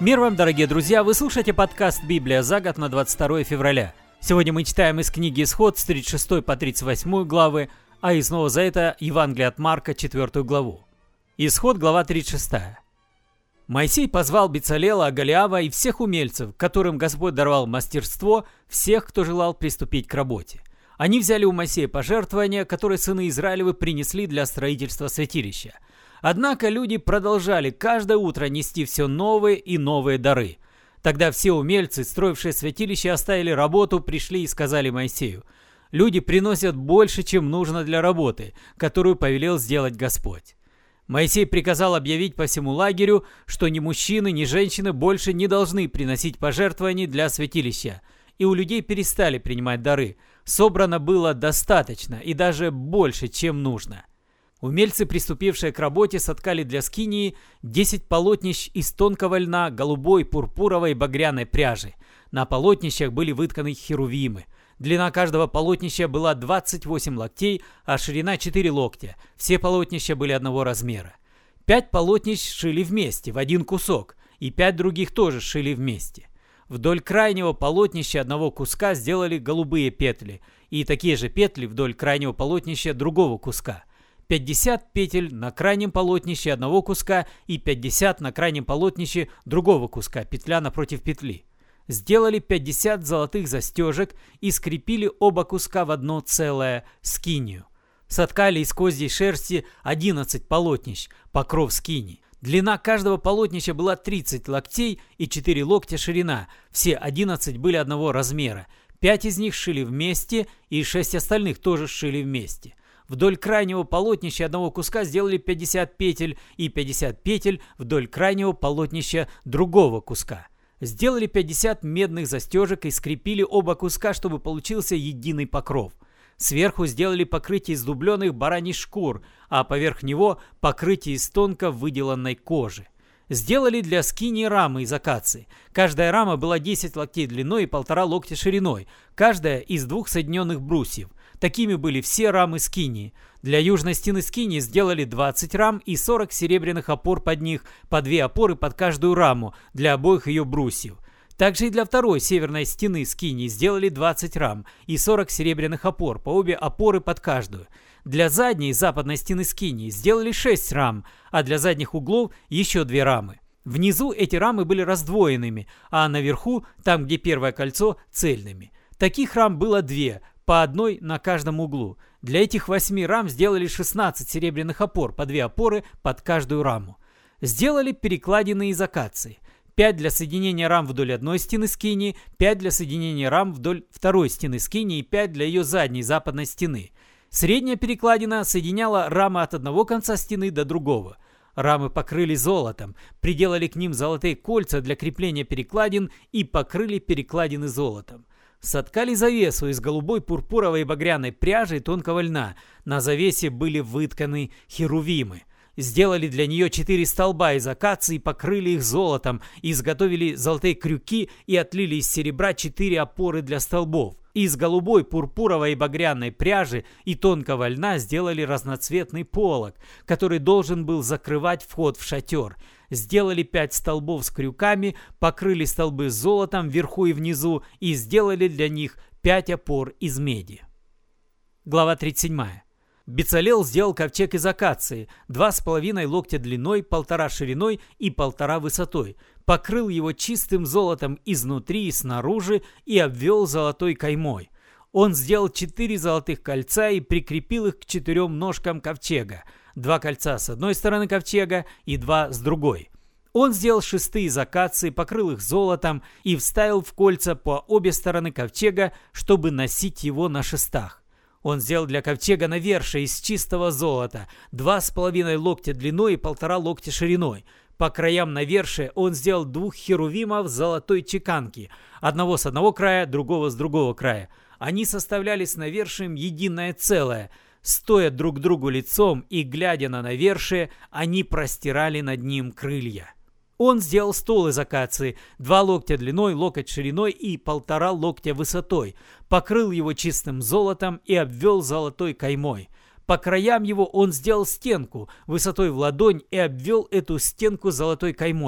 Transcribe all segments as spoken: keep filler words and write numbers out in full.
Мир вам, дорогие друзья! Вы слушаете подкаст «Библия за год» на двадцать второе февраля. Сегодня мы читаем из книги «Исход» с тридцать шестой по тридцать восьмую главы, а из Нового Завета Евангелие от Марка, четвёртую главу. Исход, глава тридцать шестая. Моисей позвал Бецалела, Оголиава и всех умельцев, которым Господь даровал мастерство, всех, кто желал приступить к работе. Они взяли у Моисея пожертвования, которые сыны Израилевы принесли для строительства святилища. Однако люди продолжали каждое утро нести все новые и новые дары. Тогда все умельцы, строившие святилище, оставили работу, пришли и сказали Моисею: «Люди приносят больше, чем нужно для работы, которую повелел сделать Господь». Моисей приказал объявить по всему лагерю, что ни мужчины, ни женщины больше не должны приносить пожертвований для святилища, и у людей перестали принимать дары. Собрано было достаточно и даже больше, чем нужно. Умельцы, приступившие к работе, соткали для скинии десять полотнищ из тонкого льна, голубой, пурпуровой и багряной пряжи. На полотнищах были вытканы херувимы. Длина каждого полотнища была двадцать восемь локтей, а ширина четыре локтя. Все полотнища были одного размера. Пять полотнищ сшили вместе, в один кусок, и пять других тоже сшили вместе. Вдоль крайнего полотнища одного куска сделали голубые петли, и такие же петли вдоль крайнего полотнища другого куска. пятьдесят петель на крайнем полотнище одного куска и пятьдесят на крайнем полотнище другого куска, петля напротив петли. Сделали пятьдесят золотых застежек и скрепили оба куска в одно целое скинию. Соткали из козьей шерсти одиннадцать полотнищ, покров скинии. Длина каждого полотнища была тридцать локтей и четыре локтя ширина. Все одиннадцать были одного размера. Пять из них сшили вместе, и шесть остальных тоже сшили вместе. Вдоль крайнего полотнища одного куска сделали пятьдесят петель и пятьдесят петель вдоль крайнего полотнища другого куска. Сделали пятьдесят медных застежек и скрепили оба куска, чтобы получился единый покров. Сверху сделали покрытие из дубленых бараньих шкур, а поверх него покрытие из тонко выделанной кожи. Сделали для скинии рамы из акации. Каждая рама была десять локтей длиной и полтора локтя шириной, каждая из двух соединенных брусьев. Такими были все рамы скинии. Для южной стены скинии сделали двадцать рам и сорок серебряных опор под них, по две опоры под каждую раму для обоих ее брусьев. Также и для второй северной стены скинии сделали двадцать рам и сорок серебряных опор, по обе опоры под каждую. Для задней западной стены скинии сделали шесть рам, а для задних углов еще две рамы. Внизу эти рамы были раздвоенными, а наверху, там где первое кольцо, цельными. Таких рам было две, по одной на каждом углу. Для этих восьми рам сделали шестнадцать серебряных опор, по две опоры под каждую раму. Сделали перекладины из акации. пять для соединения рам вдоль одной стены скинии, пять для соединения рам вдоль второй стены скинии и пять для ее задней западной стены. Средняя перекладина соединяла рамы от одного конца стены до другого. Рамы покрыли золотом, приделали к ним золотые кольца для крепления перекладин и покрыли перекладины золотом. Соткали завесу из голубой, пурпуровой и багряной пряжи и тонкого льна. На завесе были вытканы херувимы. Сделали для нее четыре столба из акации, покрыли их золотом, изготовили золотые крюки и отлили из серебра четыре опоры для столбов. Из голубой, пурпуровой и багряной пряжи и тонкого льна сделали разноцветный полог, который должен был закрывать вход в шатер. Сделали пять столбов с крюками, покрыли столбы золотом вверху и внизу и сделали для них пять опор из меди. Глава тридцать седьмая. Бецалел сделал ковчег из акации, два с половиной локтя длиной, полтора шириной и полтора высотой, покрыл его чистым золотом изнутри и снаружи и обвел золотой каймой. Он сделал четыре золотых кольца и прикрепил их к четырем ножкам ковчега, два кольца с одной стороны ковчега и два с другой. Он сделал шесты из акации, покрыл их золотом и вставил в кольца по обе стороны ковчега, чтобы носить его на шестах. Он сделал для ковчега навершие из чистого золота, два с половиной локтя длиной и полтора локтя шириной. По краям навершия он сделал двух херувимов золотой чеканки, одного с одного края, другого с другого края. Они составляли с навершием единое целое. Стоя друг к другу лицом и глядя на навершие, они простирали над ним крылья. Он сделал стол из акации, два локтя длиной, локоть шириной и полтора локтя высотой, покрыл его чистым золотом и обвел золотой каймой. По краям его он сделал стенку высотой в ладонь и обвел эту стенку золотой каймой.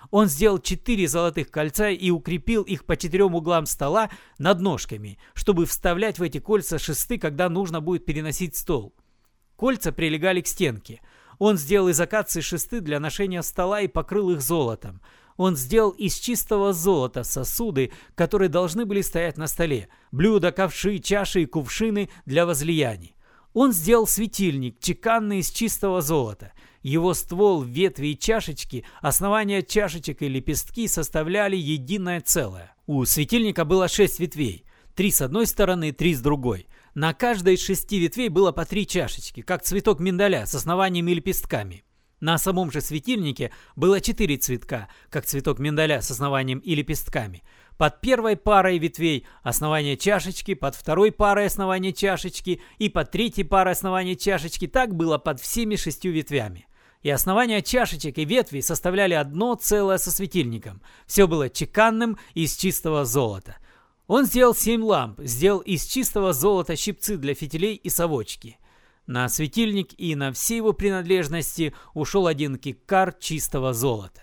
Он сделал четыре золотых кольца и укрепил их по четырем углам стола над ножками, чтобы вставлять в эти кольца шесты, когда нужно будет переносить стол. Кольца прилегали к стенке. Он сделал из акации шесты для ношения стола и покрыл их золотом. Он сделал из чистого золота сосуды, которые должны были стоять на столе, блюда, ковши, чаши и кувшины для возлияний. Он сделал светильник, чеканный из чистого золота. Его ствол, ветви и чашечки, основания чашечек и лепестки составляли единое целое. У светильника было шесть ветвей, три с одной стороны, три с другой. На каждой из шести ветвей было по три чашечки, как цветок миндаля с основаниями и лепестками. На самом же светильнике было четыре цветка, как цветок миндаля с основанием и лепестками. Под первой парой ветвей основание чашечки, под второй парой основание чашечки и под третьей парой основание чашечки. Так было под всеми шестью ветвями. И основания чашечек и ветвей составляли одно целое со светильником. Все было чеканным из чистого золота. Он сделал семь ламп, сделал из чистого золота щипцы для фитилей и совочки. На светильник и на все его принадлежности ушел один киккар чистого золота.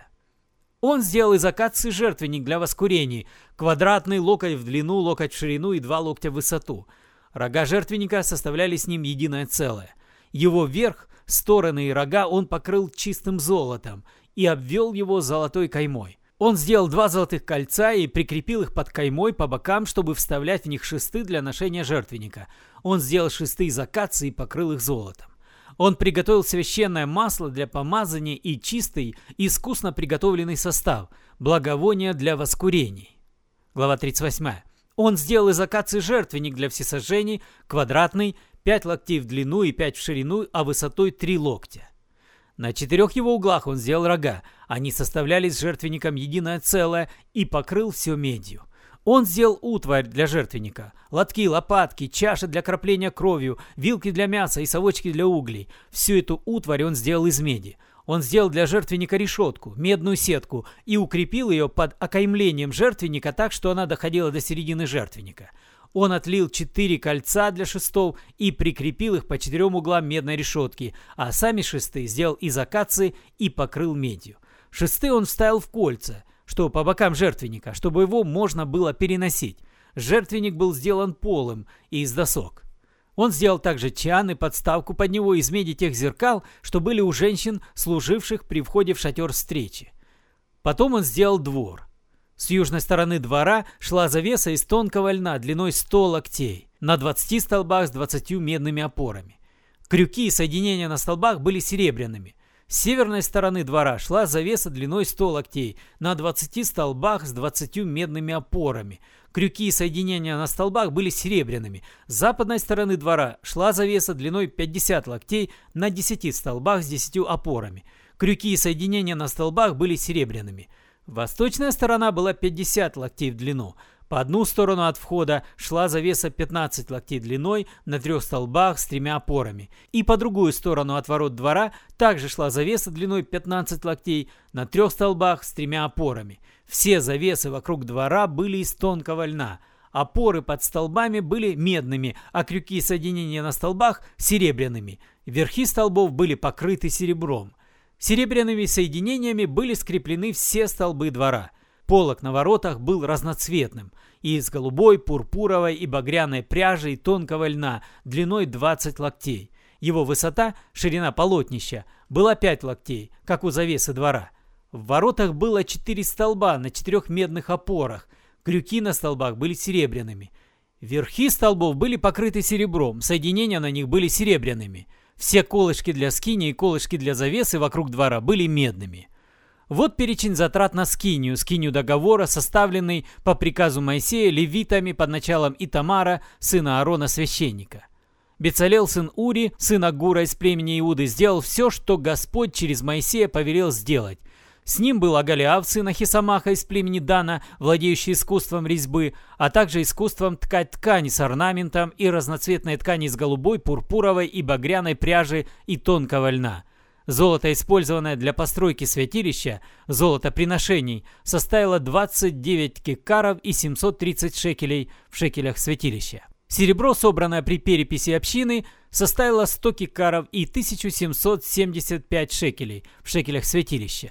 Он сделал из акации жертвенник для воскурений, квадратный, локоть в длину, локоть в ширину и два локтя в высоту. Рога жертвенника составляли с ним единое целое. Его верх, стороны и рога он покрыл чистым золотом и обвел его золотой каймой. Он сделал два золотых кольца и прикрепил их под каймой по бокам, чтобы вставлять в них шесты для ношения жертвенника. Он сделал шесты из акации и покрыл их золотом. Он приготовил священное масло для помазания и чистый, искусно приготовленный состав, благовония для воскурений. Глава тридцать восьмая. Он сделал из акации жертвенник для всесожжений, квадратный, пять локтей в длину и пять в ширину, а высотой три локтя. На четырех его углах он сделал рога, они составляли с жертвенником единое целое и покрыл все медью. Он сделал утварь для жертвенника, лотки, лопатки, чаши для кропления кровью, вилки для мяса и совочки для углей. Всю эту утварь он сделал из меди. Он сделал для жертвенника решетку, медную сетку и укрепил ее под окаймлением жертвенника так, что она доходила до середины жертвенника. Он отлил четыре кольца для шестов и прикрепил их по четырем углам медной решетки, а сами шесты сделал из акации и покрыл медью. Шесты он вставил в кольца, что по бокам жертвенника, чтобы его можно было переносить. Жертвенник был сделан полым и из досок. Он сделал также чан и подставку под него из меди тех зеркал, что были у женщин, служивших при входе в шатер встречи. Потом он сделал двор. С южной стороны двора шла завеса из тонкого льна длиной сто локтей, на двадцати столбах с двадцатью медными опорами. Крюки и соединения на столбах были серебряными. С северной стороны двора шла завеса длиной сто локтей, на двадцати столбах с двадцатью медными опорами. Крюки и соединения на столбах были серебряными. С западной стороны двора шла завеса длиной пятьдесят локтей, на десяти столбах с десятью опорами. Крюки и соединения на столбах были серебряными. Восточная сторона была пятьдесят локтей в длину. По одну сторону от входа шла завеса пятнадцать локтей длиной на трех столбах с тремя опорами. И по другую сторону от ворот двора также шла завеса длиной пятнадцать локтей на трех столбах с тремя опорами. Все завесы вокруг двора были из тонкого льна. Опоры под столбами были медными, а крюки соединения на столбах серебряными. Верхи столбов были покрыты серебром. Серебряными соединениями были скреплены все столбы двора. Полог на воротах был разноцветным, из голубой, пурпуровой и багряной пряжи и тонкого льна длиной двадцать локтей. Его высота, ширина полотнища, была пять локтей, как у завесы двора. В воротах было четыре столба на четырех медных опорах. Крюки на столбах были серебряными. Верхи столбов были покрыты серебром, соединения на них были серебряными. Все колышки для скини и колышки для завесы вокруг двора были медными. Вот перечень затрат на скинию, скинию договора, составленный по приказу Моисея левитами под началом Итамара, сына Аарона священника. Бецалел, сын Ури, сын Агура из племени Иуды, сделал все, что Господь через Моисея повелел сделать. С ним был Агалиав, сын Ахисамаха из племени Дана, владеющий искусством резьбы, а также искусством ткать ткани с орнаментом и разноцветной ткани из голубой, пурпуровой и багряной пряжи и тонкого льна. Золото, использованное для постройки святилища, золото приношений, составило двадцать девять киккаров и семьсот тридцать шекелей в шекелях святилища. Серебро, собранное при переписи общины, составило сто киккаров и тысячу семьсот семьдесят пять шекелей в шекелях святилища.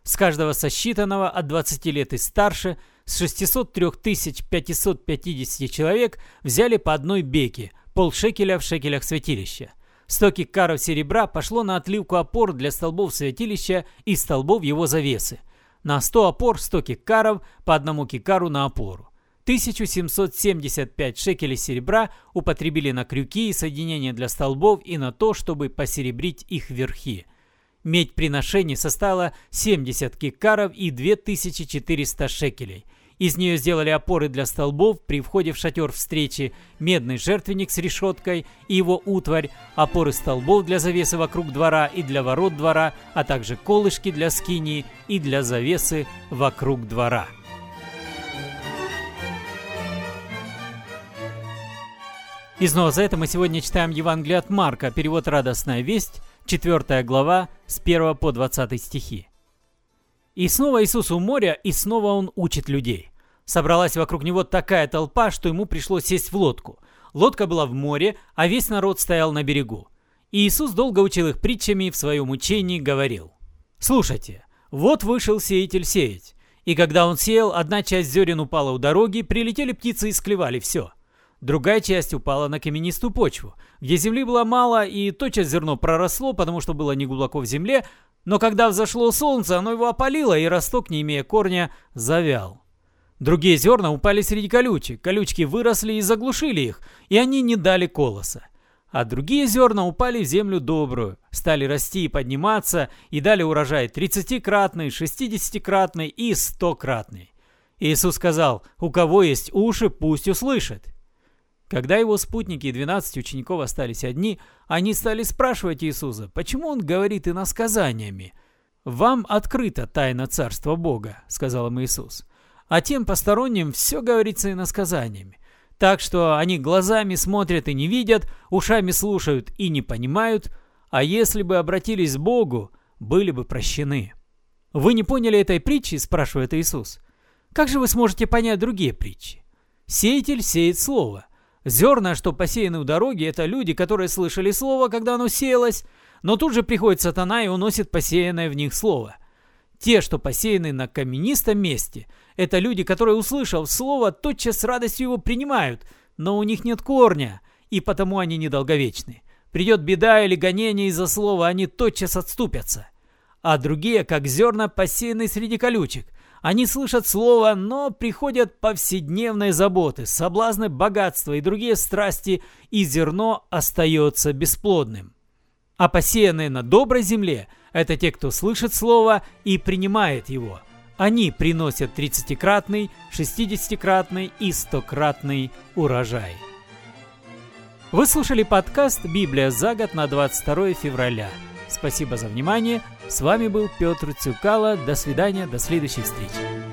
С каждого сосчитанного от двадцати лет и старше с шестисот трёх тысяч пятисот пятидесяти человек взяли по одной беке, полшекеля в шекелях святилища. Сто кикаров серебра пошло на отливку опор для столбов святилища и столбов его завесы. На сто опор сто кикаров, по одному кикару на опору. тысяча семьсот семьдесят пять шекелей серебра употребили на крюки и соединения для столбов и на то, чтобы посеребрить их верхи. Медь приношений составила семьдесят кикаров и две тысячи четыреста шекелей. Из нее сделали опоры для столбов при входе в шатер встречи, медный жертвенник с решеткой и его утварь, опоры столбов для завесы вокруг двора и для ворот двора, а также колышки для скинии и для завесы вокруг двора. И снова за это мы сегодня читаем Евангелие от Марка, перевод «Радостная весть», четвёртая глава, с первого по двадцатый стихи. «И снова Иисус у моря, и снова Он учит людей. Собралась вокруг Него такая толпа, что Ему пришлось сесть в лодку. Лодка была в море, а весь народ стоял на берегу. И Иисус долго учил их притчами и в своем учении говорил: «Слушайте, вот вышел сеятель сеять. И когда он сеял, одна часть зерен упала у дороги, прилетели птицы и склевали все. Другая часть упала на каменистую почву, где земли было мало, и тотчас зерно проросло, потому что было неглубоко в земле, но когда взошло солнце, оно его опалило, и росток, не имея корня, завял. Другие зерна упали среди колючек, колючки выросли и заглушили их, и они не дали колоса. А другие зерна упали в землю добрую, стали расти и подниматься, и дали урожай тридцатикратный, шестидесятикратный и стократный. Иисус сказал: у кого есть уши, пусть услышит». Когда его спутники и двенадцать учеников остались одни, они стали спрашивать Иисуса, почему Он говорит иносказаниями. «Вам открыта тайна Царства Бога», — сказал им Иисус, «а тем посторонним все говорится иносказаниями. Так что они глазами смотрят и не видят, ушами слушают и не понимают, а если бы обратились к Богу, были бы прощены». «Вы не поняли этой притчи?» — спрашивает Иисус. «Как же вы сможете понять другие притчи? Сеятель сеет слово. Зерна, что посеяны у дороги, это люди, которые слышали слово, когда оно сеялось, но тут же приходит сатана и уносит посеянное в них слово. Те, что посеяны на каменистом месте, это люди, которые, услышав слово, тотчас с радостью его принимают, но у них нет корня, и потому они недолговечны. Придет беда или гонение из-за слова, они тотчас отступятся. А другие, как зерна, посеянные среди колючек. Они слышат слово, но приходят повседневные заботы, соблазны богатства и другие страсти, и зерно остается бесплодным. А посеянные на доброй земле – это те, кто слышит слово и принимает его. Они приносят тридцатикратный, шестидесятикратный и стократный урожай. Вы слушали подкаст «Библия за год» на двадцать второе февраля. Спасибо за внимание. С вами был Петр Цюкало. До свидания, до следующей встречи.